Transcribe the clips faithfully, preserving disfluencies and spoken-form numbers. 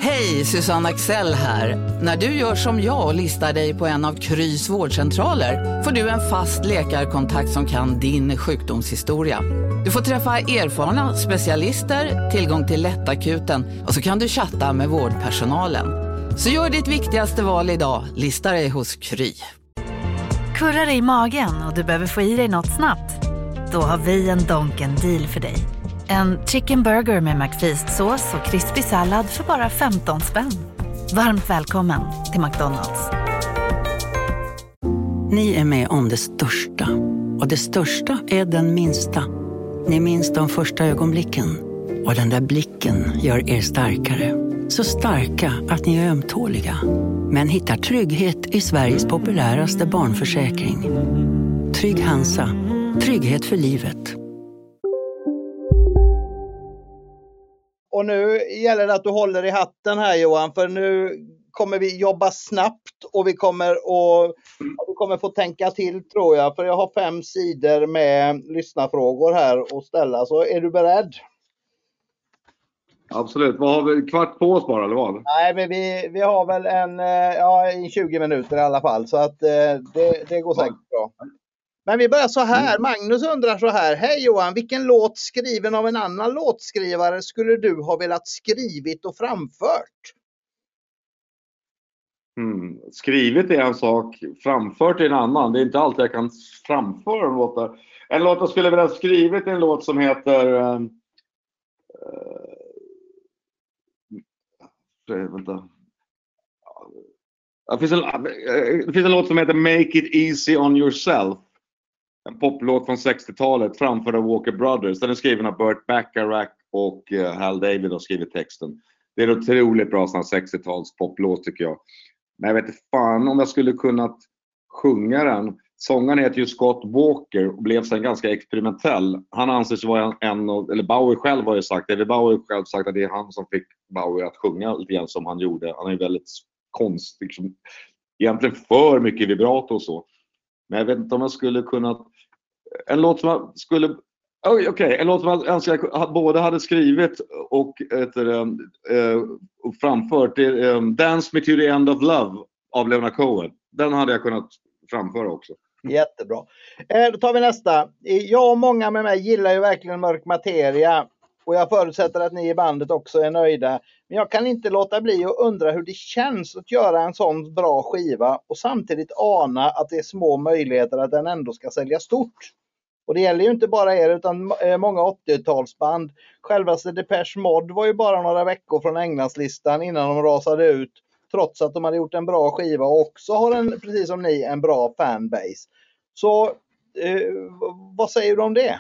Hej, Susanne Axel här. När du gör som jag och listar dig på en av Krys vårdcentraler får du en fast läkarkontakt som kan din sjukdomshistoria. Du får träffa erfarna specialister, tillgång till lättakuten och så kan du chatta med vårdpersonalen. Så gör ditt viktigaste val idag, listar dig hos Kry. Kurrar dig i magen och du behöver få i dig något snabbt? Då har vi en Donken deal för dig. En chicken burger med McFeast-sås och krispig sallad för bara femton spänn. Varmt välkommen till McDonald's. Ni är med om det största. Och det största är den minsta. Ni minns de första ögonblicken. Och den där blicken gör er starkare. Så starka att ni är ömtåliga. Men hittar trygghet i Sveriges populäraste barnförsäkring. Trygg Hansa. Trygghet för livet. Och nu gäller det att du håller i hatten här, Johan, för nu kommer vi jobba snabbt och vi kommer, och, vi kommer få tänka till, tror jag, för jag har fem sidor med lyssnarfrågor här att ställa. Så är du beredd? Absolut. Vad har vi? Kvart på oss bara, eller vad? Nej, men vi, vi har väl en ja, tjugo minuter i alla fall, så att det, det går säkert bra. Men vi börjar så här. Magnus undrar så här. Hej Johan, vilken låt skriven av en annan låtskrivare skulle du ha velat skrivit och framfört? Mm. Skrivit är en sak, framfört är en annan. Det är inte alltid jag kan framföra en låt. En låt jag skulle vilja ha skrivit är en låt som heter... Uh, uh, vänta. Det finns, en, det finns en låt som heter Make It Easy On Yourself. En poplåt från sextiotalet framför av Walker Brothers. Den är skriven av Burt Bacharach och Hal David har skrivit texten. Det är en otroligt bra sån sextiotals poplåt tycker jag. Men jag vet inte fan om jag skulle kunnat sjunga den. Sångaren heter ju Scott Walker och blev sen ganska experimentell. Han anses vara en, eller Bowie själv har ju sagt, David Bowie själv sagt att det är han som fick Bowie att sjunga lite grann som han gjorde. Han är ju väldigt konstig, liksom, egentligen för mycket vibrato och så. Men jag vet inte om jag skulle kunna... En låt som jag skulle... Okej, okay, en låt som jag önskar jag både hade skrivit och, heter, uh, och framfört. Det är um, Dance Me To The End Of Love av Leonard Cohen. Den hade jag kunnat framföra också. Jättebra. Eh, då tar vi nästa. Jag och många med mig gillar ju verkligen mörk materia. Och jag förutsätter att ni i bandet också är nöjda. Men jag kan inte låta bli att undra hur det känns att göra en sån bra skiva och samtidigt ana att det är små möjligheter att den ändå ska sälja stort. Och det gäller ju inte bara er utan många åttiotalsband. Självaste Depeche Mode var ju bara några veckor från Englandslistan innan de rasade ut. Trots att de hade gjort en bra skiva och också har en, precis som ni, en bra fanbase. Så eh, vad säger du om det?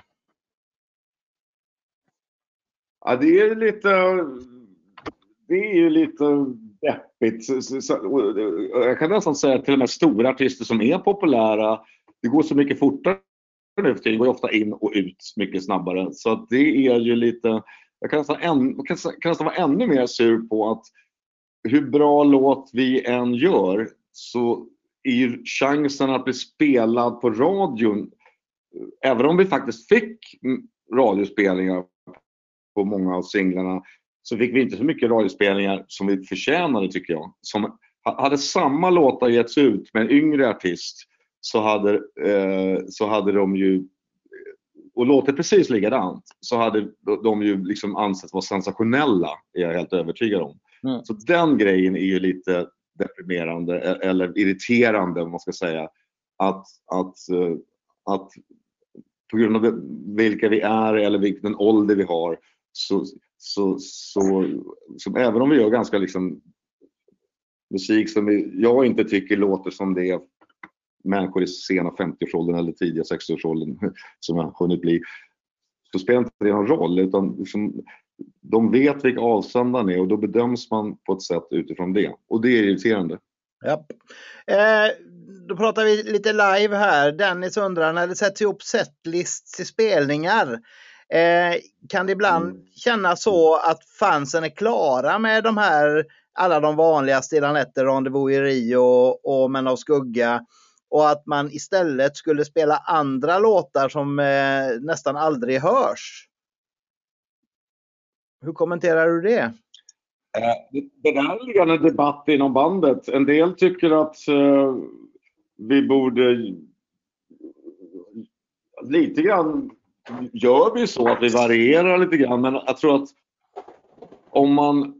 Ja, det är lite... Det är ju lite deppigt. Jag kan nästan säga att till och med stora artister som är populära, det går så mycket fortare nu för det går ju ofta in och ut mycket snabbare. Så att det är ju lite... Jag kan nästan, än, kan, kan nästan vara ännu mer sur på att hur bra låt vi än gör så är ju chansen att bli spelad på radion, även om vi faktiskt fick radiospelningar på många av singlarna, så fick vi inte så mycket radiospelningar som vi förtjänade tycker jag. Som hade samma låtar getts ut med en yngre artist så hade, eh, så hade de ju, och låter precis likadant, så hade de ju liksom ansetts vara sensationella, är jag helt övertygad om. Mm. Så den grejen är ju lite deprimerande eller irriterande om man ska säga. Att, att, att på grund av vilka vi är eller vilken ålder vi har så, så, så, så även om vi gör ganska liksom musik som vi, jag inte tycker låter som det är människor i sena femtioårsåldern eller tidiga sextioårsåldern som har hunnit bli, så spelar inte det någon roll utan liksom, de vet vilka avsändaren är och då bedöms man på ett sätt utifrån det. Och det är irriterande. Ja. Eh, då pratar vi lite live här. Dennis undrar, när det sätts ihop setlists till spelningar, eh, kan det ibland mm. kännas så att fansen är klara med de här, alla de vanliga Stilla nätter, Rendezvous i Rio och, och Men av skugga, och att man istället skulle spela andra låtar som eh, nästan aldrig hörs? Hur kommenterar du det? Det, det där ligger en debatt inom bandet. En del tycker att uh, vi borde lite grann gör vi så att vi varierar lite grann, men jag tror att om man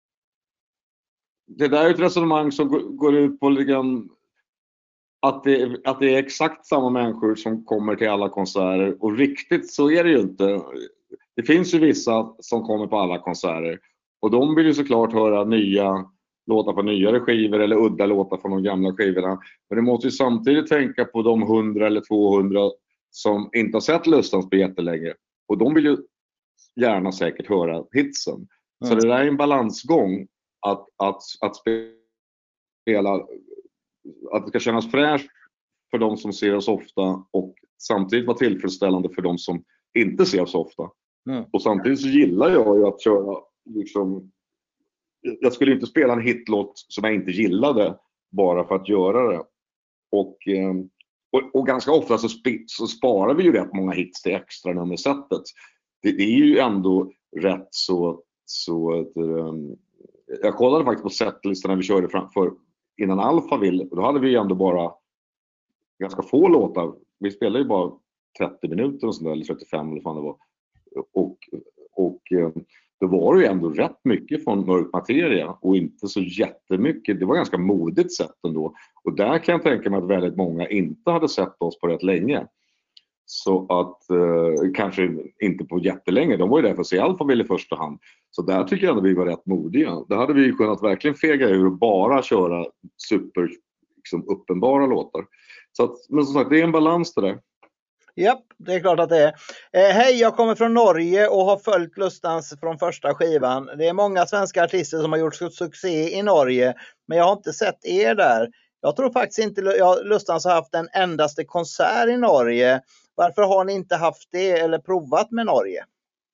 det där är ett resonemang som går ut på lite grann att det, att det är exakt samma människor som kommer till alla konserter, och riktigt så är det ju inte. Det finns ju vissa som kommer på alla konserter och de vill ju såklart höra nya låtar på nyare skivor eller udda låtar från de gamla skivorna, men det måste ju samtidigt tänka på de hundra eller tvåhundra som inte har sett Lustans på jättelänge, och de vill ju gärna säkert höra hitsen. Mm. Så det där är en balansgång att, att, att spela, att det ska kännas fräscht för de som ser oss ofta och samtidigt vara tillfredsställande för de som inte ser oss ofta. Mm. Och samtidigt så gillar jag ju att köra liksom, jag skulle inte spela en hitlåt som jag inte gillade bara för att göra det. Och, och, och ganska ofta så, sp- så sparar vi ju rätt många hits till extra nummersättet. Det, det är ju ändå rätt så, så um, jag kollade faktiskt på setlistan när vi körde framför innan Alphaville, och då hade vi ändå bara ganska få låtar. Vi spelade ju bara trettio minuter och sånt där, eller trettiofem eller vad det var. Och, och då var det ju ändå rätt mycket från Mörk Materia och inte så jättemycket. Det var ganska modigt sätt ändå. Och där kan jag tänka mig att väldigt många inte hade sett oss på rätt länge. Så att, eh, kanske inte på jättelänge. De var ju där för att se Alphaville i första hand. Så där tycker jag att vi var rätt modiga. Där hade vi ju kunnat verkligen fega ur och bara köra super liksom, uppenbara låtar. Så att, men som sagt, det är en balans det där. Japp, det är klart att det är. Eh, hej, jag kommer från Norge och har följt Lustans från första skivan. Det är många svenska artister som har gjort succé i Norge, men jag har inte sett er där. Jag tror faktiskt inte jag, Lustans har haft en endaste konsert i Norge. Varför har ni inte haft det eller provat med Norge?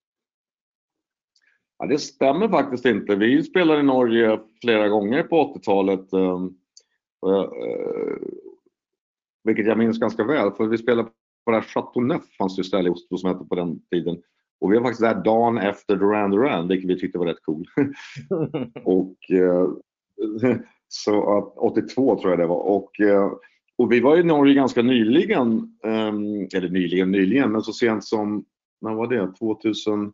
Ja, det stämmer faktiskt inte. Vi spelade i Norge flera gånger på åttiotalet. Eh, eh, vilket jag minns ganska väl, för vi spelade på det här Chateauneuf, fanns det ställe i Oslo som hette på den tiden. Och vi var faktiskt där dagen efter Duran Duran, vilket vi tyckte var rätt cool. och eh, så att åttiotvå tror jag det var. Och, eh, och vi var i Norge ganska nyligen, eh, eller nyligen, nyligen, men så sent som, när var det? tvåtusen,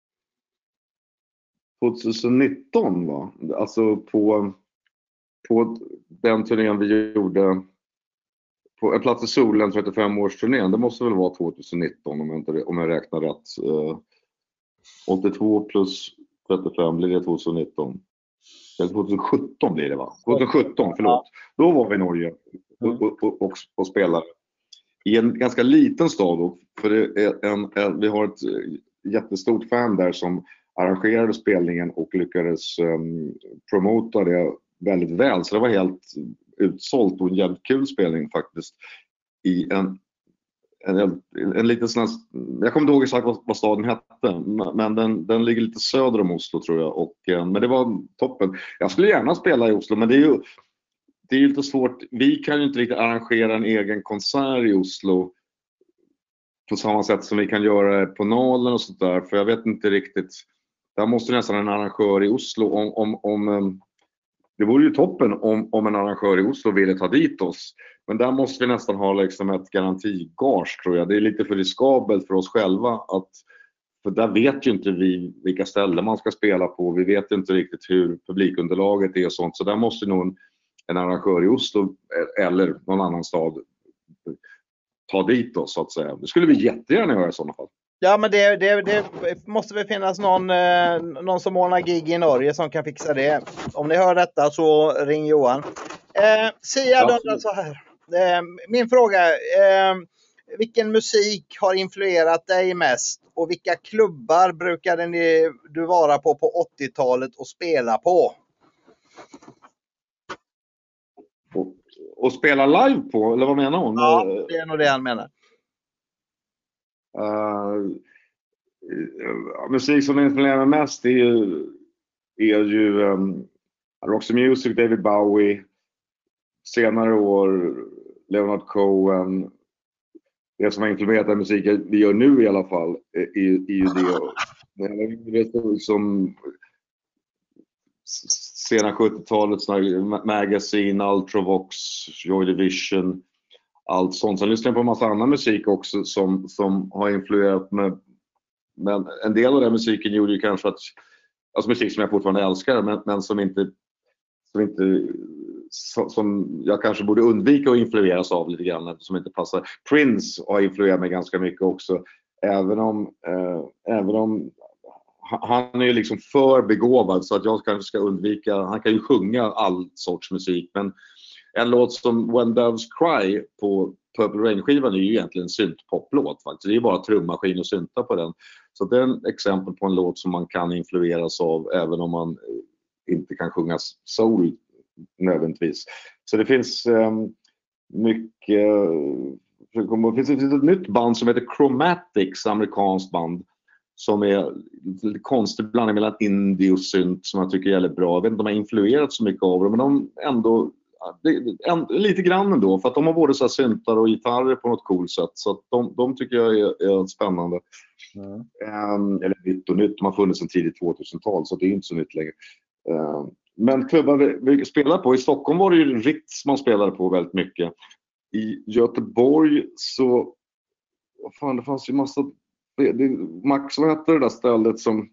tjugonitton va? Alltså på, på den turnén vi gjorde på en plats i solen, trettiofem-årsturnén. Det måste väl vara tjugonitton om jag, inte, om jag räknar rätt. Uh, åttiotvå plus trettiofem blir det tjugonitton. Eller tjugosjutton blir det va? tjugosjutton, förlåt. Då var vi i Norge och, och, och, och, och spelade i en ganska liten stad. Och för det är en, en, vi har ett jättestort fan där som arrangerade spelningen och lyckades um, promota det väldigt väl. Så det var helt utsålt och en jävligt kul spelning faktiskt i en, en, en, en liten sån här, jag kommer inte ihåg exakt vad, vad staden hette, men den, den ligger lite söder om Oslo tror jag, och, men det var toppen. Jag skulle gärna spela i Oslo, men det är ju det är ju lite svårt, vi kan ju inte riktigt arrangera en egen konsert i Oslo på samma sätt som vi kan göra på Nalen och sånt där, för jag vet inte riktigt, där måste nästan en arrangör i Oslo om, om, om det vore ju toppen om, om en arrangör i Oslo ville ta dit oss. Men där måste vi nästan ha liksom ett garantigage tror jag. Det är lite för riskabelt för oss själva. Att, för där vet ju inte vi vilka ställen man ska spela på. Vi vet inte riktigt hur publikunderlaget är och sånt. Så där måste nog en, en arrangör i Oslo eller någon annan stad ta dit oss så att säga. Det skulle vi jättegärna göra i sådana fall. Ja, men det, det, det måste väl finnas någon, eh, någon som ordnar gig i Norge som kan fixa det. Om ni hör detta så ring Johan. Eh, Sia undrar så här. Eh, min fråga, eh, vilken musik har influerat dig mest? Och vilka klubbar brukade ni, du vara på på åttiotalet och spela på? Och, och spela live på? Eller vad menar hon? Ja, det är nog det han menar. Uh, musik som influerar mig mest är ju, är ju um, Roxy Music, David Bowie, senare år Leonard Cohen. Det som har influerat den musik vi gör nu i alla fall är, är ju det. Det som sena sjuttiotalet, Magazine, Ultravox, Joy Division, allt sånt. Sen lyssnar jag på en massa annan musik också som, som har influerat mig. Men en del av den musiken gjorde ju kanske att, alltså musik som jag fortfarande älskar, men, men som inte, som inte som jag kanske borde undvika att influeras av lite grann, som inte passar. Prince har influerat mig ganska mycket också, även om, eh, även om han är ju liksom för begåvad så att jag kanske ska undvika, han kan ju sjunga all sorts musik, men en låt som When Doves Cry på Purple Rain-skivan är ju egentligen en syntpoplåt faktiskt. Det är ju bara trummaskin och synta på den. Så det är ett exempel på en låt som man kan influeras av även om man inte kan sjunga soul nödvändigtvis. Så det finns um, mycket... Det finns ett nytt band som heter Chromatics, amerikanskt band, som är lite konstig blandning mellan indie och synt som jag tycker är väldigt bra. Jag vet inte om de har influerat så mycket av det, men de ändå... Det, en, lite grann ändå, för att de har både så här syntar och gitarrer på något coolt sätt, så att de, de tycker jag är, är spännande. Mm. Um, eller nytt och nytt, de har funnits sedan tidigt tvåtusental, så det är inte så nytt längre. Um, men klubbar vi, vi spelar på, i Stockholm var det ju Ritz man spelade på väldigt mycket. I Göteborg så, vad fan, det fanns ju massa, det, Max, vad hette det där stället som,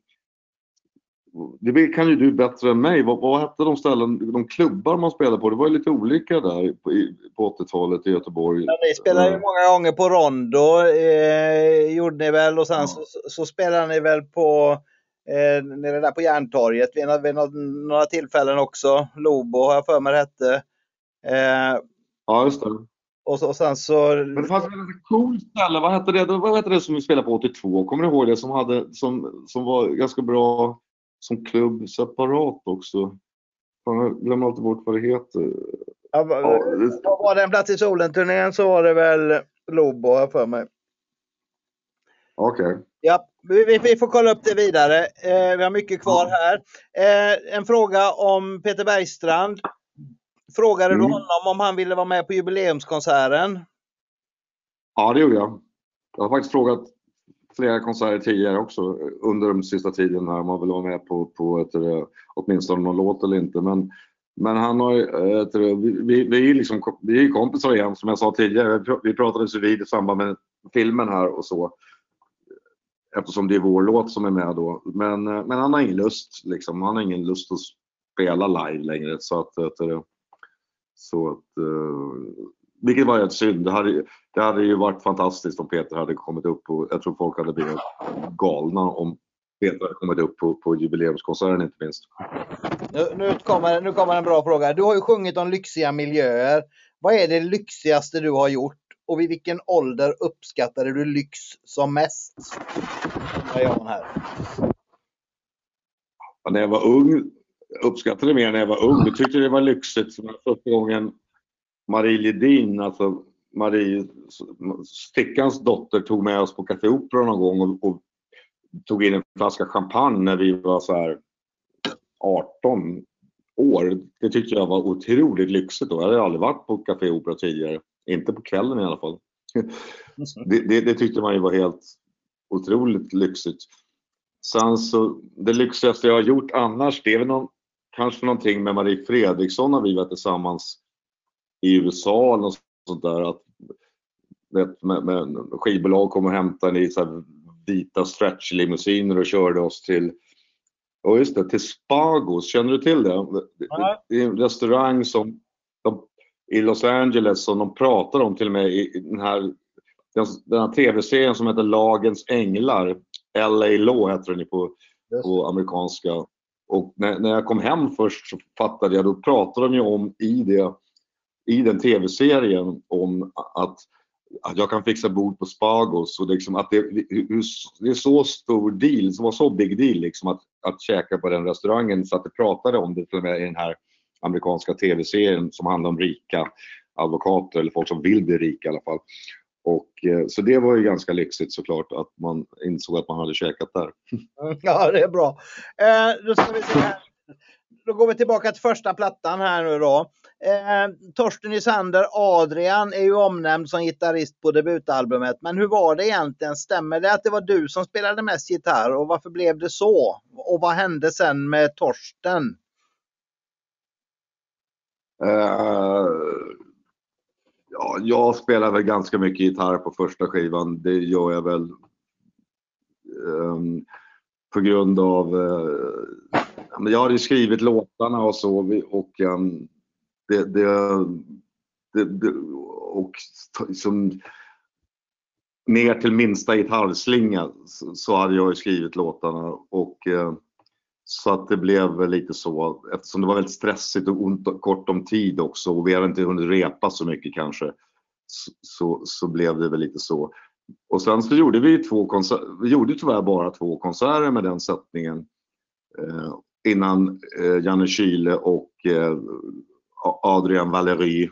det kan ju du bättre än mig. Vad, vad hette de ställen, de klubbar man spelade på? Det var ju lite olika där på, på åttiotalet i Göteborg. Ja, ni spelade ju många gånger på Rondo, eh, gjorde ni väl. Och sen ja. så, så spelade ni väl på eh, nere där på Järntorget vid, vid några, några tillfällen också. Lobo har jag för mig det hette. Eh, ja, just det. Och, så, och sen så... Men det fanns ett coolt ställe. Vad hette det? Vad hette det som vi spelade på åttiotvå? Kommer du ihåg det? Som, hade, som, som var ganska bra... som klubb separat också. Jag glömmer alltid bort vad det heter. Ja, var, ja, det... var det en plats i solen-turnén så var det väl Lobo här för mig. Okej. Okay. Ja, vi, vi får kolla upp det vidare. Eh, vi har mycket kvar här. Eh, en fråga om Peter Bergstrand. Frågade mm. du honom om han ville vara med på jubileumskonserten? Ja, det gjorde jag. Jag har faktiskt frågat flera konserter tidigare också under den sista tiden här. Man vill vara med på, på ett, åtminstone någon låt eller inte. Men, men han har ett, vi, vi, är liksom, vi är kompisar igen, som jag sa tidigare. Vi pratade så vid i samband med filmen här och så. Eftersom det är vår låt som är med då. Men, men han har ingen lust liksom. Han har ingen lust att spela live längre. Så att, att så att vilket var ett synd. Det hade, det hade ju varit fantastiskt om Peter hade kommit upp och jag tror folk hade blivit galna om Peter hade kommit upp på, på jubileumskonserten inte minst. Nu, nu, kommer, nu kommer en bra fråga. Du har ju sjungit om lyxiga miljöer. Vad är det lyxigaste du har gjort och vid vilken ålder uppskattade du lyx som mest? Här. Ja, när jag var ung uppskattade det mer när jag var ung. Jag tyckte det var lyxigt som första gången Marie Ledin, alltså Marie Stickans dotter, tog med oss på Café Opera någon gång och, och tog in en flaska champagne när vi var så här arton år. Det tyckte jag var otroligt lyxigt då. Jag hade aldrig varit på Café Opera tidigare. Inte på kvällen i alla fall. det, det, det tyckte man ju var helt otroligt lyxigt. Sen så, det lyxigaste jag har gjort annars, det är väl någon, kanske någonting med Marie Fredriksson när vi var tillsammans i U S A och sånt där, att vet, med, med skivbolag kom och hämtade i så här vita stretch-limousiner och körde oss till, och just det, till Spagos. Känner du till det? Ja. Det är en restaurang som de, i Los Angeles som de pratar om till och med i den här, den, den här tv-serien som heter Lagens Änglar. L A Law heter den på, på amerikanska. Och när, när jag kom hem först så fattade jag, då pratade de ju om i det i den tv-serien om att, att jag kan fixa bord på Spagos och liksom att det, det är så stor deal, det var så big deal liksom att, att käka på den restaurangen, så att det pratade om det till och med i den här amerikanska tv-serien som handlar om rika advokater eller folk som vill bli rika i alla fall. Och så det var ju ganska lyxigt såklart att man insåg att man hade käkat där. Ja, det är bra. Eh, då ska vi se här. Då går vi tillbaka till första plattan här nu då. Eh, Torsten Ysander, Adrian, är ju omnämnd som gitarrist på debutalbumet. Men hur var det egentligen? Stämmer det att det var du som spelade mest gitarr? Och varför blev det så? Och vad hände sen med Torsten? Uh, ja, jag spelar väl ganska mycket gitarr på första skivan. Det gör jag väl um, på grund av uh, jag hade skrivit låtarna och så, och um, det, det, det, det och som ner till minsta gitarrslinga så, så hade jag skrivit låtarna, och uh, så att det blev lite så, eftersom det var väldigt stressigt och ont, kort om tid också, och vi hade inte hunnit repa så mycket kanske, så, så, så blev det väl lite så. Och sen så gjorde vi två konserter, vi gjorde tyvärr bara två konserter med den sättningen eh, innan eh, Janne Kyle och eh, Adrian Valery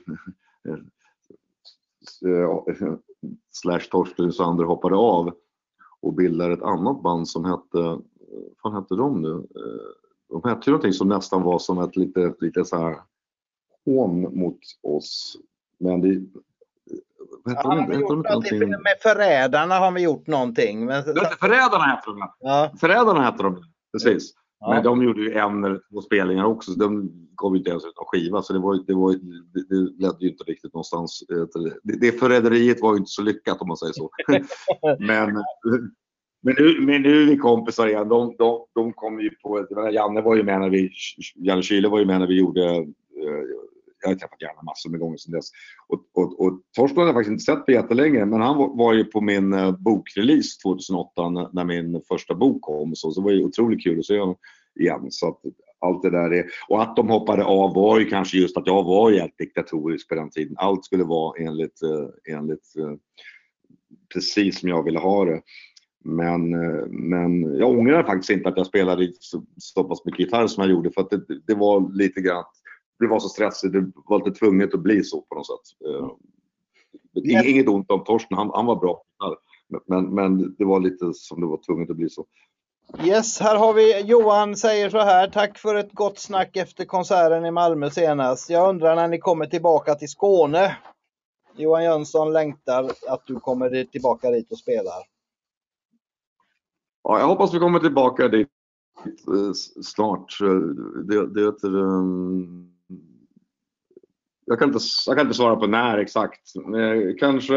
slash Torsten Sander hoppade av och bildade ett annat band som hette, vad hette de nu? De hette ju någonting som nästan var som ett lite, lite så här hån mot oss. Men det... Ja, de, har vi gjort någonting... Med Förrädarna har vi gjort någonting. Men... Förrädarna hette de. Ja. Förrädarna hette de, precis. Ja. Men de gjorde ju en eller två spelningar också. Så de gav ju inte ens ut någon skiva. Så det, var, det, var, det, det ledde ju inte riktigt någonstans. Det, det förräderiet var ju inte så lyckat, om man säger så. Men... Men nu, men nu är vi kompisar igen. De, de, de kom ju på... Janne var ju med när vi... Janne Kyle var ju med när vi gjorde... Eh, jag har träffat Janne massor med gånger sedan dess. Och, och, och Torsten har jag faktiskt inte sett på jättelänge. Men han var, var ju på min eh, bokrelease tjugohundraåtta när, när min första bok kom. Och så, så det var ju otroligt kul att se honom igen. Så att allt det där är... Och att de hoppade av var ju kanske just att jag var ju helt diktatorisk på den tiden. Allt skulle vara enligt... Eh, enligt eh, precis som jag ville ha det. Men, men jag ångrar faktiskt inte att jag spelade så, så pass mycket gitarr som jag gjorde, för att det, det var lite grann, det var så stressigt, det var lite tvunget att bli så på något sätt. Yes. Inget ont om Torsten, han, han var bra, men, men det var lite som det var tvunget att bli så. Yes, här har vi Johan säger så här: tack för ett gott snack efter konserten i Malmö senast. Jag undrar när ni kommer tillbaka till Skåne. Johan Jönsson längtar att du kommer tillbaka dit och spelar. Ja, jag hoppas vi kommer tillbaka dit snart. Det, det heter, um, jag, kan inte, jag kan inte svara på när exakt. Men kanske...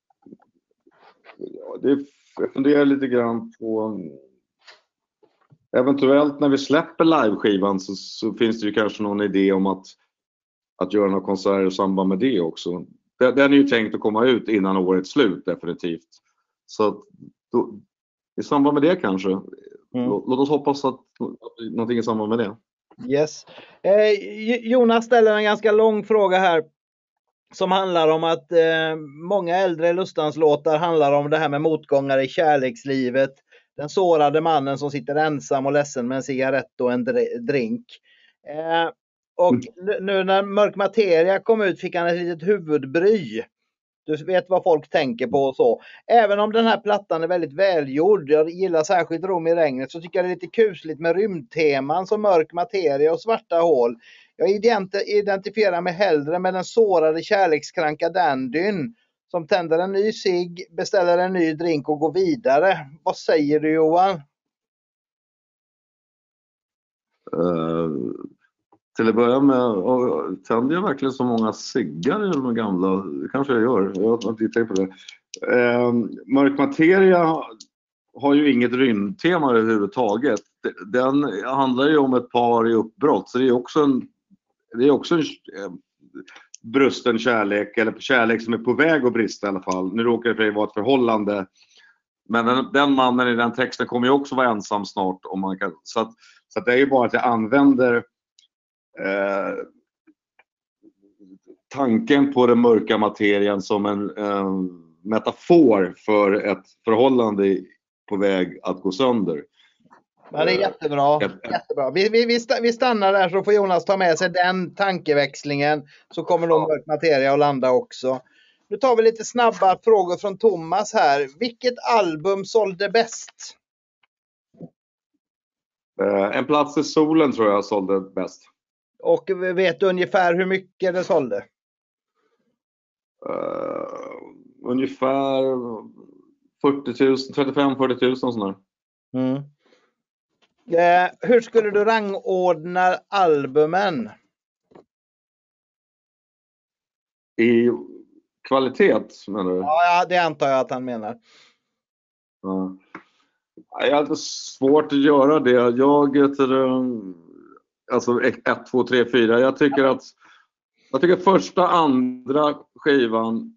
Ja, det, jag funderar lite grann på... Um, eventuellt när vi släpper liveskivan så, så finns det ju kanske någon idé om att, att göra några konserter i samband med det också. Det, den är ju tänkt att komma ut innan årets slut definitivt. Så då, i samband med det kanske. Mm. Låt, låt oss hoppas att, att någonting i samband med det. Yes. Eh, Jonas ställer en ganska lång fråga här. Som handlar om att eh, många äldre Lustans-låtar handlar om det här med motgångar i kärlekslivet. Den sårade mannen som sitter ensam och ledsen med en cigarett och en drink. Eh, och mm. nu när Mörk Materia kom ut fick han ett litet huvudbry. Du vet vad folk tänker på och så. Även om den här plattan är väldigt välgjord, jag gillar särskilt Rom i regnet, så tycker jag det är lite kusligt med rymdteman som Mörk Materia och Svarta hål. Jag identifierar mig hellre med den sårade kärlekskranka dandyn som tänder en ny cigg, beställer en ny drink och går vidare. Vad säger du, Johan? Uh, till att börja med, uh, tänder jag verkligen så många ciggar i de gamla? Det kanske jag gör, jag har inte tänkt på det. Uh, Mörk Materia har ju inget rymdtema överhuvudtaget. Den handlar ju om ett par i uppbrott, så det är också en, det är också en uh, brusten kärlek, eller kärlek som är på väg att brista i alla fall. Nu råkar det vara ett förhållande. Men den, den mannen i den texten kommer ju också vara ensam snart. Om man kan, så, att, så att det är ju bara att jag använder eh, tanken på den mörka materien som en eh, metafor för ett förhållande på väg att gå sönder. Ja, det är jättebra. jättebra. Vi, vi, vi stannar där så får Jonas ta med sig den tankeväxlingen. Så kommer nog Mörk Materia att landa också. Nu tar vi lite snabba frågor från Thomas här. Vilket album sålde bäst? Uh, en plats i solen tror jag sålde bäst. Och vet du ungefär hur mycket det sålde? Uh, ungefär fyrtio tusen, trettiofem till fyrtio tusen sådär. Mm. Eh, hur skulle du rangordna albumen? I kvalitet, menar du? Ja, det antar jag att han menar. Ja. Jag hade svårt att göra det. Jag heter, alltså ett, två, tre, fyra. Jag tycker att jag tycker första, andra skivan.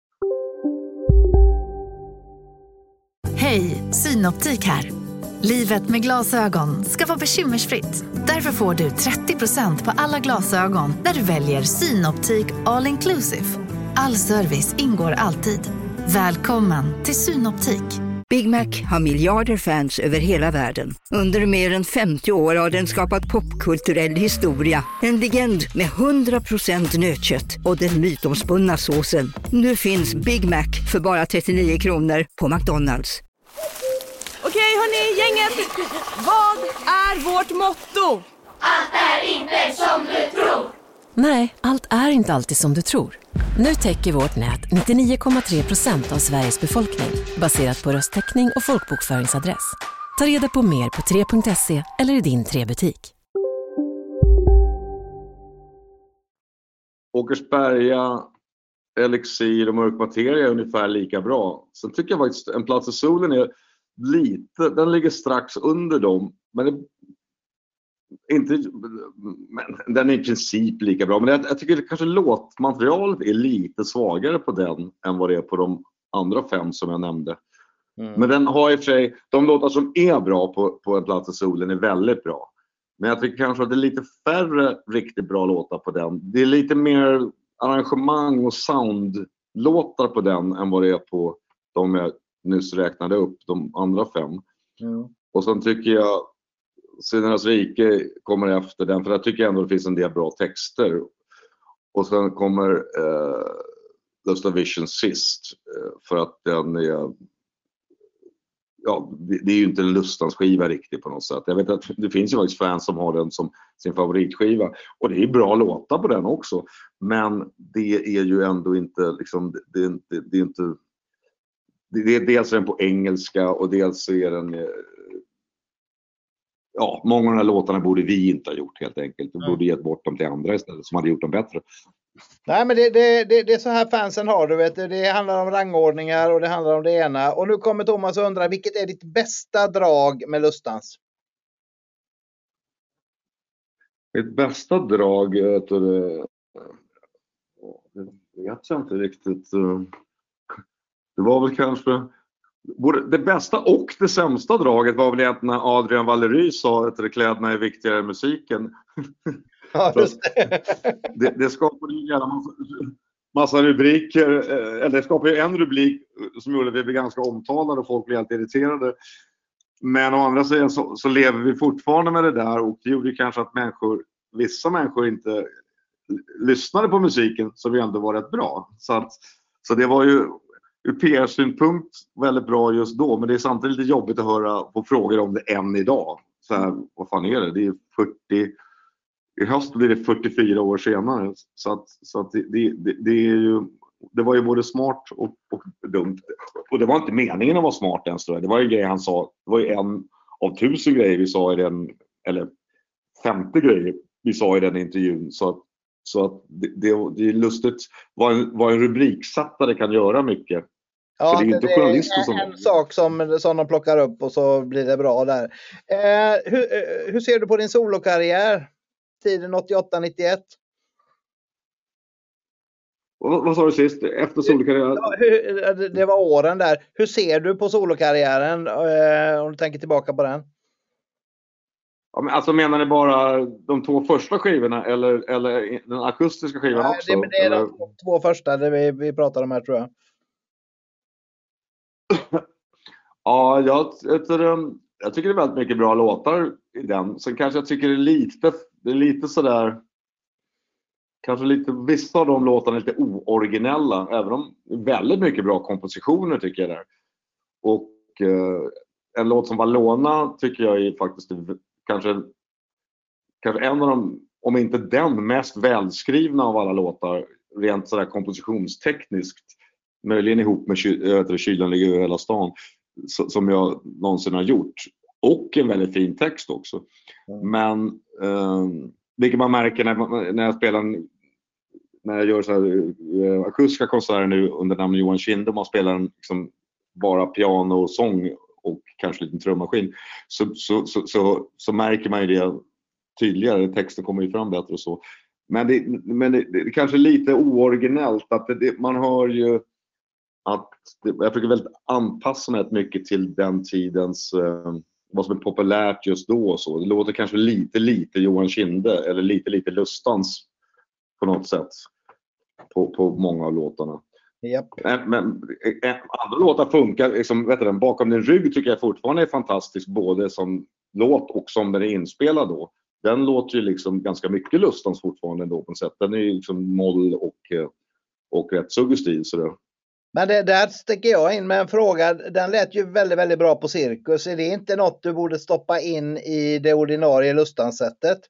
Hej, Synoptik här. Livet med glasögon ska vara bekymmersfritt. Därför får du trettio procent på alla glasögon när du väljer Synoptik All Inclusive. All service ingår alltid. Välkommen till Synoptik. Big Mac har miljarder fans över hela världen. Under mer än femtio år har den skapat popkulturell historia. En legend med hundra procent nötkött och den mytomspunna såsen. Nu finns Big Mac för bara trettionio kronor på McDonald's. Okej hörni, gänget. Vad är vårt motto? Allt är inte som du tror. Nej, allt är inte alltid som du tror. Nu täcker vårt nät nittionio komma tre procent av Sveriges befolkning baserat på röstteckning och folkbokföringsadress. Ta reda på mer på tre punkt se eller i din tre-butik. Åkersberga, Elixir och Mörk Materia är ungefär lika bra. Sen tycker jag faktiskt En plats i solen är lite, den ligger strax under dem. Men det, inte, men den är i princip lika bra. Men jag, jag tycker kanske låtmaterialet är lite svagare på den än vad det är på de andra fem som jag nämnde. Mm. Men den har i och för sig, de låtar som är bra på, på En plats i solen är väldigt bra. Men jag tycker kanske att det är lite färre riktigt bra låtar på den. Det är lite mer arrangemang och soundlåtar på den än vad det är på de jag nyss räknade upp, de andra fem. Mm. Och sen tycker jag Syndernas rike kommer efter den, för jag tycker ändå det finns en del bra texter. Och sen kommer eh, Lust of Vision sist, eh, för att den är, ja, det, det är ju inte en lustansskiva riktigt på något sätt. Jag vet att det finns ju faktiskt fans som har den som sin favoritskiva, och det är bra låtar på den också, men det är ju ändå inte liksom, det, det, det, det är inte det, det är dels den på engelska och dels är den eh, ja, många av de här låtarna borde vi inte ha gjort helt enkelt. Vi borde gett bort dem till andra istället som hade gjort dem bättre. Nej, men det, det, det, det är så här fansen har, du vet. Det handlar om rangordningar och det handlar om det ena. Och nu kommer Thomas och undrar, vilket är ditt bästa drag med Lustans? Mitt bästa drag, det, det vet jag inte riktigt. Det var väl kanske det bästa och det sämsta draget var väl egentligen när Adrian Valery sa att det kläderna är viktigare än musiken. Ja, just det. det, det skapade ju gärna massa, massa rubriker, eller det skapade ju en rubrik som gjorde att vi blev ganska omtalade och folk blev helt irriterade. Men å andra sidan så, så lever vi fortfarande med det där, och det gjorde kanske att människor, vissa människor inte lyssnade på musiken som ju ändå var rätt bra. Så, att, så det var ju ur P R-synpunkt väldigt bra just då, men det är samtidigt lite jobbigt att höra på frågor om det än idag. Så här, vad fan är det? Det är fyrtio, i höst blir det fyrtiofyra år senare. Så att, så att det, det, det är ju, det var ju både smart och, och dumt. Och det var inte meningen att vara smart ens, tror jag. Det var ju en grej han sa, det var ju en av tusen grejer vi sa i den, eller femtio grejer vi sa i den intervjun. Så att Så att det, det, det är lustigt vad en, vad en rubriksättare kan göra mycket. Ja, för det är ju inte journalister som... en sak som, som de plockar upp och så blir det bra där. Eh, hur, hur ser du på din solokarriär? Tiden åttioåtta nittioett? Vad, vad sa du sist? Efter solokarriären? Ja, hur, det var åren där. Hur ser du på solokarriären eh, om du tänker tillbaka på den? Ja, men alltså menar ni bara de två första skivorna eller, eller den akustiska skivan? Nej, också? Det, det är eller? de två, två första det vi, vi pratar om här, tror jag. Ja, jag, jag, jag tycker det är väldigt mycket bra låtar i den. Sen kanske jag tycker det är lite, det är lite sådär, kanske lite, vissa av de låtarna är lite ooriginella, även om det är väldigt mycket bra kompositioner tycker jag där. Och eh, en låt som Valona tycker jag är faktiskt kanske, kanske en av de, om inte den mest välskrivna av alla låtar, rent sådär kompositionstekniskt, möjligen ihop med Kylan ligger över hela stan, som jag någonsin har gjort. Och en väldigt fin text också. Mm. Men eh, vilket man märker när, när jag spelar, när jag gör så här uh, akustiska konserter nu under namnet Johan Kinde, man spelar en, liksom, bara piano och sång och kanske lite trummaskin, så, så, så, så, så märker man ju det tydligare, texten kommer ju fram bättre och så. Men det, men det, det är kanske lite ooriginellt att det, det, man hör ju att det, jag försöker väldigt anpassa mig mycket till den tidens eh, vad som är populärt just då och så. Det låter kanske lite lite Johan Kinde eller lite lite Lustans på något sätt på, på många av låtarna. Yep. Men, men andra låtar funkar liksom, vet du, Bakom din rygg tycker jag fortfarande är fantastisk både som låt och som den är inspelad då. Den låter ju liksom ganska mycket Lustans fortfarande då på något sätt. Den är ju liksom moll och, och rätt suggestiv sådär. Men det, där sticker jag in med en fråga. Den lät ju väldigt, väldigt bra på Cirkus. Är det inte något du borde stoppa in i det ordinarie Lustans-sättet?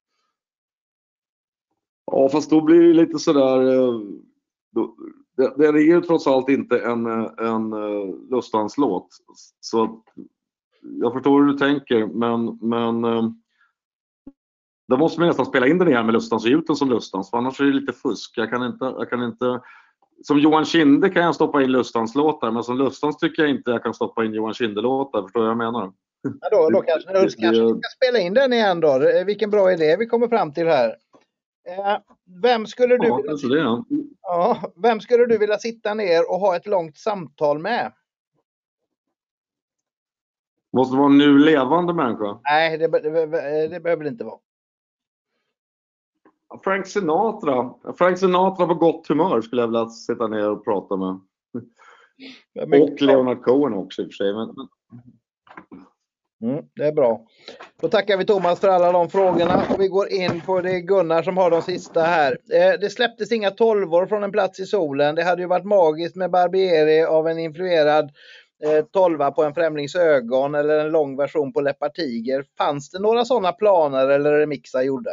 Ja, fast då blir det lite sådär... Då, det, det är ju trots allt inte en, en Lustans-låt. Så jag förstår hur du tänker, men... men då måste man nästan spela in den igen med Lustans och gjuten som Lustans. För annars är det lite fusk. Jag kan inte... Jag kan inte som Johan Kinde kan jag stoppa in Lustans låtar. Men som Lustans tycker jag inte jag kan stoppa in Johan Kinde-låtar. Förstår jag vad jag menar? Ja, då, då kanske du kanske ska spela in den igen då. Vilken bra idé vi kommer fram till här. Eh, vem skulle du ja, vilja sitta... det, ja. Ja, vem skulle du vilja sitta ner och ha ett långt samtal med? Måste det vara en nu levande människa? Nej, det, det, det behöver det inte vara. Frank Sinatra. Frank Sinatra på gott humör skulle jag vilja sitta ner och prata med. Och Leonard Cohen också i och för sig. Men... Mm, det är bra. Då tackar vi Thomas för alla de frågorna. Och vi går in på det Gunnar som har de sista här. Eh, det släpptes inga tolvor från En plats i solen. Det hade ju varit magiskt med Barbieri av en influerad eh, tolva på En främlings ögon. Eller en lång version på Läppar tiger. Fanns det några sådana planer eller remixar gjorda?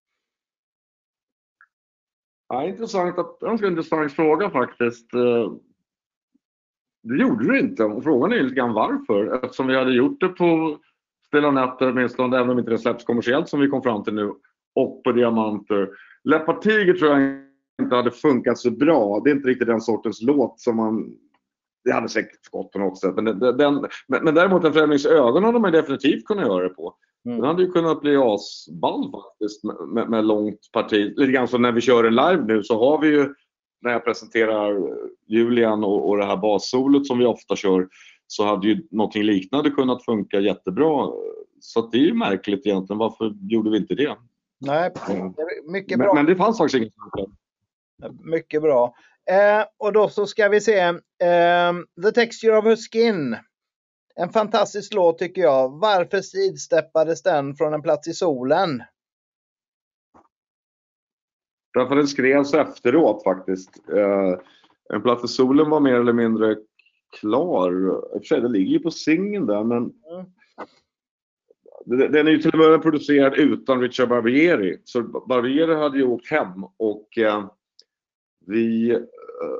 Ja, intressant, att, ganska intressant fråga faktiskt. Det gjorde det inte. Och frågan är lite grann varför. Eftersom vi hade gjort det på Stilla nätter, åtminstone, även om inte det släpps kommersiellt som vi kom fram till nu. Och på Diamanter. Läppar tiger tror jag inte hade funkat så bra. Det är inte riktigt den sortens låt som man... Det hade säkert gått på något sätt. Men, den, men, men däremot En främlings ögon hade man definitivt kunnat göra det på. Mm. Den hade ju kunnat bli asball faktiskt med, med, med långt parti. Lite grann så när vi kör en live nu så har vi ju, när jag presenterar Julian och, och det här bassolet som vi ofta kör, så hade ju någonting liknande kunnat funka jättebra. Så det är ju märkligt egentligen. Varför gjorde vi inte det? Nej, mycket bra. Men, men det fanns faktiskt inget sånt. Mycket bra. Eh, och då så ska vi se. Eh, The Texture of Her Skin. En fantastisk låt tycker jag. Varför sidsteppades den från En plats i solen? Därför den skrevs efteråt faktiskt. Eh, En plats i solen var mer eller mindre klar. I och för sig, det ligger ju på singeln där, men mm. den är ju till och med producerad utan Richard Barbieri. Så Barbieri hade ju åkt hem och eh, vi... Eh,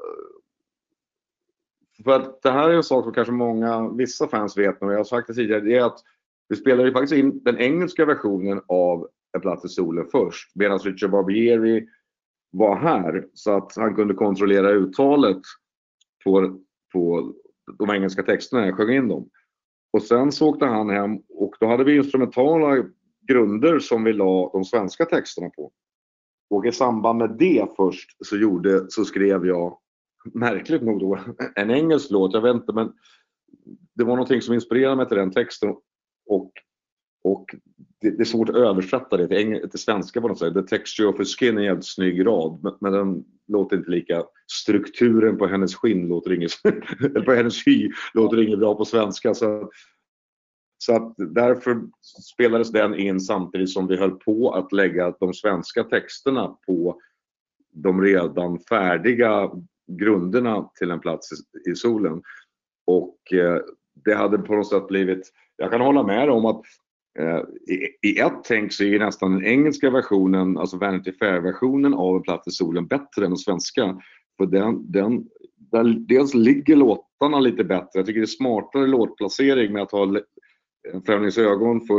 för att det här är en sak som kanske många, vissa fans vet, och jag har sagt det tidigare, det är att vi spelade ju faktiskt in den engelska versionen av En plats i solen först, medan Richard Barbieri var här så att han kunde kontrollera uttalet på, på de engelska texterna när jag sjöng in dem. Och sen så åkte han hem och då hade vi instrumentala grunder som vi la de svenska texterna på. Och i samband med det först så, gjorde, så skrev jag, märkligt nog då, en engelsk låt, jag vet inte, men det var någonting som inspirerade mig till den texten och, och det, det är svårt att översätta det till, engel, till svenska på något sätt. The Texture of Her Skin är en jävligt snygg rad, men, men den låter inte lika, strukturen på hennes skinn låter inget, eller på hennes hy låter inget bra på svenska, så, så att därför spelades den in samtidigt som vi höll på att lägga de svenska texterna på de redan färdiga grunderna till En plats i solen. Och eh, det hade på något sätt blivit, jag kan hålla med om att eh, i, i ett tänk så är nästan den engelska versionen, alltså Vanity Fair-versionen av En plats i solen bättre än den svenska. För den, den, där dels ligger låtarna lite bättre. Jag tycker det är smartare låtplacering med att ha En främlings ögon först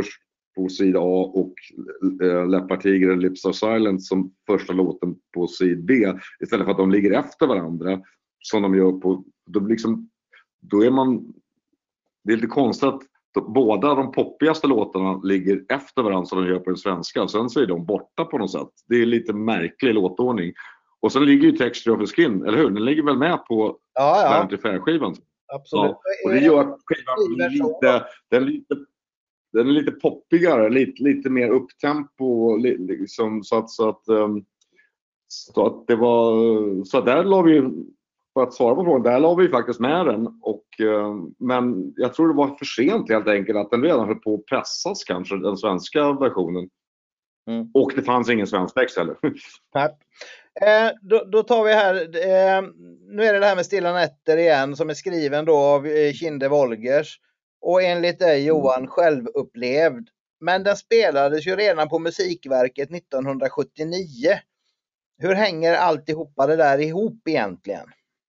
på sida A och äh, Läppartiger eller Lips Are Silent som första låten på sid B. Istället för att de ligger efter varandra som de gör på... Då, liksom, då är man... Det är lite konstigt att båda de poppigaste låtarna ligger efter varandra som de gör på den svenska. Sen så är de borta på något sätt. Det är lite märklig låtordning. Och sen ligger ju Texture of the Skin, eller hur? Den ligger väl med på ja, ja. Vanity Fair-skivan. Absolut. Ja. Och det gör att skivan är lite, den är lite, den är lite poppigare, lite, lite mer upptempo. Liksom, så, att, så, att, um, så att det var... Så där la vi ju... För att svara på frågan, där la vi faktiskt med den. Och, uh, men jag tror det var för sent helt enkelt att den redan höll på att pressas kanske, den svenska versionen. Mm. Och det fanns ingen svensk text heller. Nej. Eh, då, då tar vi här, eh, nu är det det här med Stilla nätter igen som är skriven då av eh, Kinde Wolgers. Och enligt dig Johan självupplevd. Men den spelades ju redan på Musikverket nittonhundrasjuttionio. Hur hänger alltihopa det där ihop egentligen?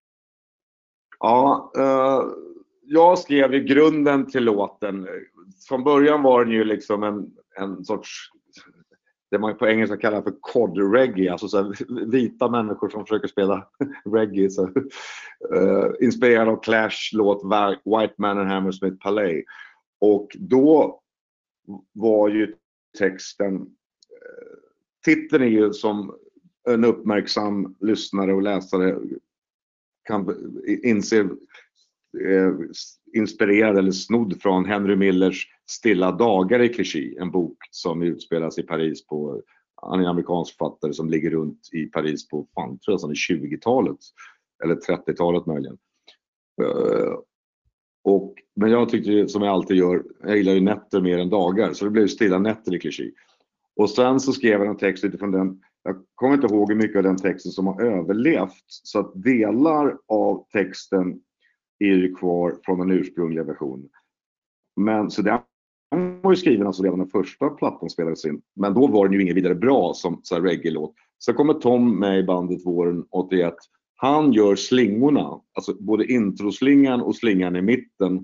Ja, eh, jag skrev ju grunden till låten. Från början var den ju liksom en, en sorts, det man på engelska kallar för cod reggae, alltså så här, vita människor som försöker spela reggae. Så, eh, inspirerad av Clash låt White Man and Hammersmith Palais. Och då var ju texten, eh, titeln är ju som en uppmärksam lyssnare och läsare kan inse eh, inspirerad eller snodd från Henry Millers Stilla dagar i Clichy, en bok som utspelas i Paris på, han är en amerikansk författare som ligger runt i Paris på fan, tror jag, som i tjugotalet eller trettiotalet möjligen. Uh, och, men jag tyckte, som jag alltid gör, jag gillar ju nätter mer än dagar, så det blev Stilla nätter i Clichy. Och sen så skrev jag en text utifrån den. Jag kommer inte ihåg hur mycket av den texten som har överlevt, så att delar av texten är ju kvar från den ursprungliga versionen. Men så den var ju skriven alltså redan den första plattan spelades in. Men då var den ju ingen vidare bra som så här reggae-låt. Så kommer Tom med i bandet våren åttioett. Han gör slingorna, alltså både introslingan och slingan i mitten.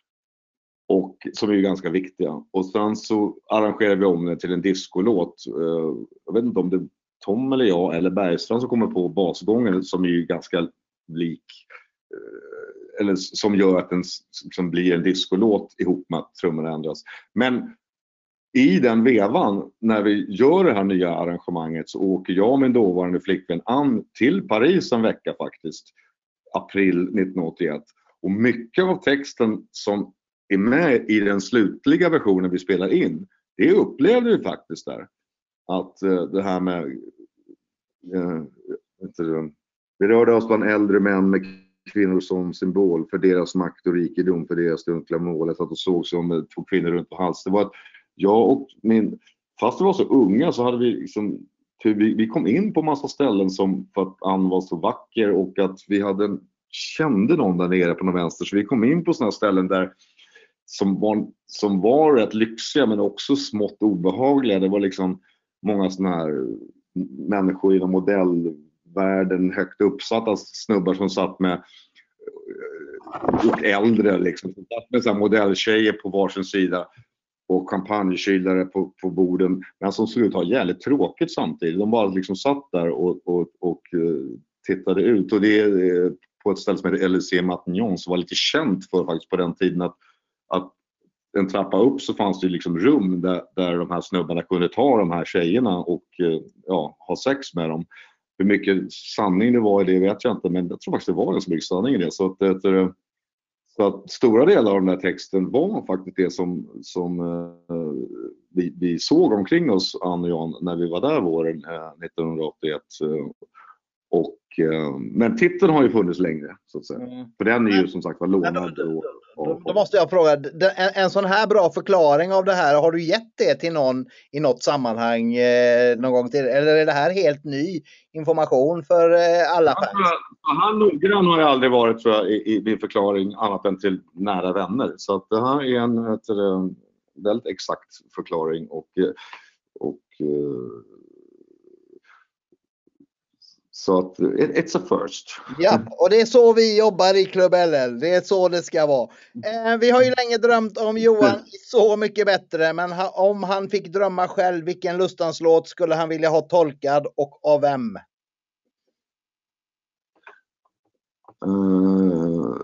Och som är ju ganska viktiga. Och sen så arrangerar vi om det till en discolåt. Jag vet inte om det är Tom eller jag eller Bergstrand som kommer på basgången som är ju ganska lik. Eller som gör att den som blir en discolåt ihop med att trummorna ändras. Men i den vevan, när vi gör det här nya arrangemanget, så åker jag och min dåvarande flickvän Ann till Paris en vecka faktiskt. April nittonhundraåttioett. Och mycket av texten som är med i den slutliga versionen vi spelar in, det upplevde vi faktiskt där. Att uh, det här med uh, inte, vi rörde oss bland äldre män med kvinnor som symbol för deras makt och rikedom, för deras dunkla mål. Att de såg som två kvinnor runt på hals. Det var att jag och min, fast vi var så unga så hade vi liksom, vi, vi kom in på massa ställen som för att Ann var så vacker och att vi hade, kände någon där nere på någon vänster. Så vi kom in på sådana ställen där som var, som var rätt lyxiga men också smått obehagliga. Det var liksom många sådana här människor inom modellvärlden, högt uppsatta snubbar som satt med, och äldre liksom, som satt med så här modelltjejer på varsin sida och champagnekylare på, på borden, men som såg ut att ha jävligt tråkigt samtidigt. De bara liksom satt där och, och, och tittade ut, och det är på ett ställe som heter L C Matignon som var lite känt för faktiskt på den tiden att att en trappa upp så fanns det liksom rum där, där de här snubbarna kunde ta de här tjejerna och ja, ha sex med dem. Hur mycket sanning det var i det vet jag inte, men jag tror faktiskt det var en så mycket sanning i det. Så att, så att stora delar av den här texten var faktiskt det som, som uh, vi, vi såg omkring oss, Ann och Jan, när vi var där våren uh, nittonhundraåttioett. Uh, och, uh, men titeln har ju funnits längre, så att säga. Mm. För den är ju som sagt var lånad. Och, Då, då måste jag fråga, en, en sån här bra förklaring av det här, har du gett det till någon i något sammanhang eh, någon gång till? Eller är det här helt ny information för eh, alla fans? Han noggrann har jag aldrig varit, tror jag, i, i min förklaring annat än till nära vänner. Så att det här är en, en väldigt exakt förklaring och, och Så att it's a first. Ja, och det är så vi jobbar i Klubb L L. Det är så det ska vara. Eh, vi har ju länge drömt om Johan Så mycket bättre, men ha, om han fick drömma själv, vilken lustanslåt skulle han vilja ha tolkad och av vem? Uh,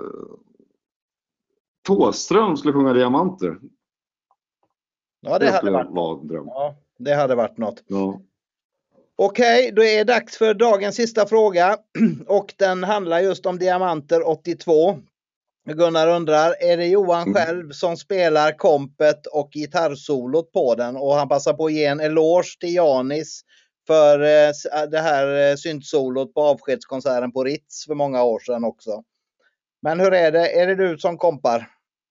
Thåström skulle sjunga Diamanter. Ja, det, det hade varit vara en dröm. Ja, det hade varit något. Ja. Okej, då är det dags för dagens sista fråga. Och den handlar just om Diamanter åttiotvå. Gunnar undrar, är det Johan mm. själv som spelar kompet och gitarrsolot på den? Och han passar på att ge en eloge till Janis för det här syntsolot på avskedskonserten på Ritz för många år sedan också. Men hur är det? Är det du som kompar?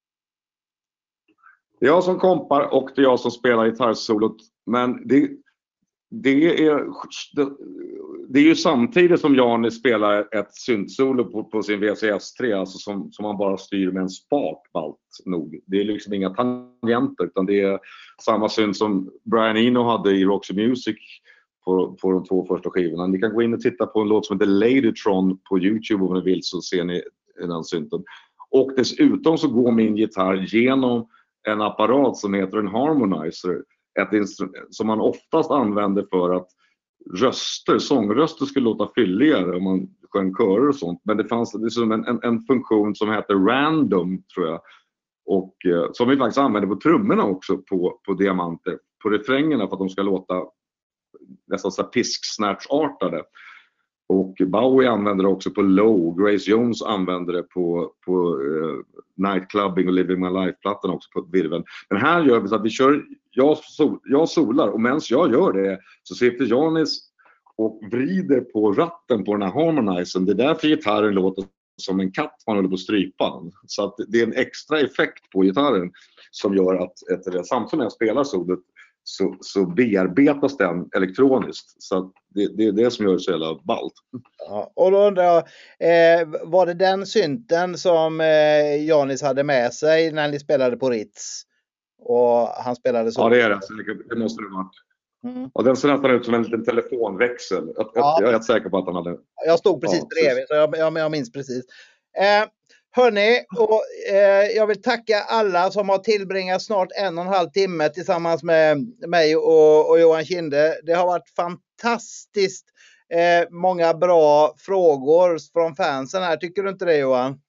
Det är jag som kompar och det är jag som spelar gitarrsolot. Men det, det, är, det, det är ju samtidigt som Janis spelar ett syntsolo på, på sin V C S tre, alltså som, som man bara styr med en spak, ballt nog. Det är liksom inga tangenter, utan det är samma synt som Brian Eno hade i Roxy Music på, på de två första skivorna. Ni kan gå in och titta på en låt som heter Ladytron på YouTube om ni vill, så ser ni den synten. Och dessutom så går min gitarr genom en apparat som heter en harmonizer, ett instrument som man oftast använder för att röster, sångröster skulle låta fylligare om man sjöng körer och sånt. Men det fanns liksom en, en, en funktion som heter random, tror jag, och eh, som vi faktiskt använder på trummorna också på, på Diamanter, på refrängerna, för att de ska låta nästan så här pisk-snatch-artade. Och Bowie använder det också på Low. Grace Jones använder det på, på uh, Nightclubbing och Living My Life-plattan också på virveln. Men här gör vi så att vi kör, jag, sol, jag solar, och medan jag gör det så sitter Janis och vrider på ratten på den här harmonizern. Det är därför gitarren låter som en katt man håller på att strypa. Så att det är en extra effekt på gitarren som gör att ett, samtidigt när jag spelar solot Så, så bearbetas den elektroniskt. Så det, det är det som gör det så jävla ballt. Ja, och då undrar jag, eh, var det den synten som eh, Janis hade med sig när ni spelade på Ritz? Och han spelade så? Ja, det är det. Det måste det ha varit. Mm. Och den ser nästan ut som en liten telefonväxel. Jag, ja. jag är rätt säker på att han hade... Jag stod precis ja, bredvid, så jag, jag, jag minns precis. Eh, Hörrni, och, eh, jag vill tacka alla som har tillbringat snart en och en halv timme tillsammans med mig och, och Johan Kinde. Det har varit fantastiskt eh, många bra frågor från fansen här. Tycker du inte det, Johan?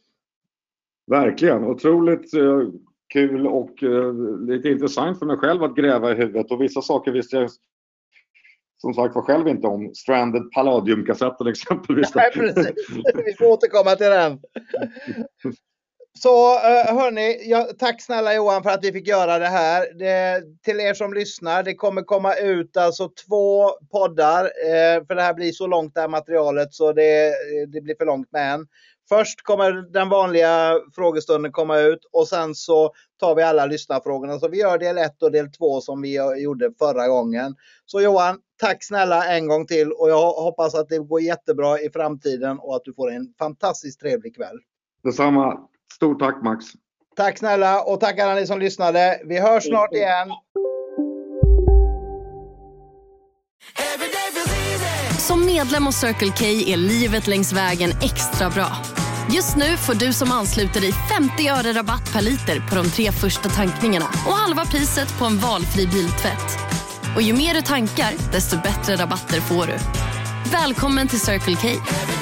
Verkligen, otroligt eh, kul och eh, lite intressant för mig själv att gräva i huvudet. Och vissa saker visste jag som sagt var själv inte om. Stranded Palladium-kassetten exempelvis. Nej, precis. Vi får återkomma till den. Så hörni, jag, tack snälla Johan för att vi fick göra det här. Det, till er som lyssnar, det kommer komma ut alltså två poddar. Eh, för det här blir så långt det här materialet så det, det blir för långt med en. Först kommer den vanliga frågestunden komma ut och sen så tar vi alla lyssnarfrågorna. Så vi gör del ett och del två som vi gjorde förra gången. Så Johan, tack snälla en gång till och jag hoppas att det går jättebra i framtiden och att du får en fantastiskt trevlig kväll. Detsamma. Stort tack Max. Tack snälla och tack alla ni som lyssnade. Vi hörs snart igen. Som medlem hos Circle K är livet längs vägen extra bra. Just nu får du som ansluter dig femtio öre rabatt per liter på de tre första tankningarna och halva priset på en valfri biltvätt. Och ju mer du tankar, desto bättre rabatter får du. Välkommen till Circle K.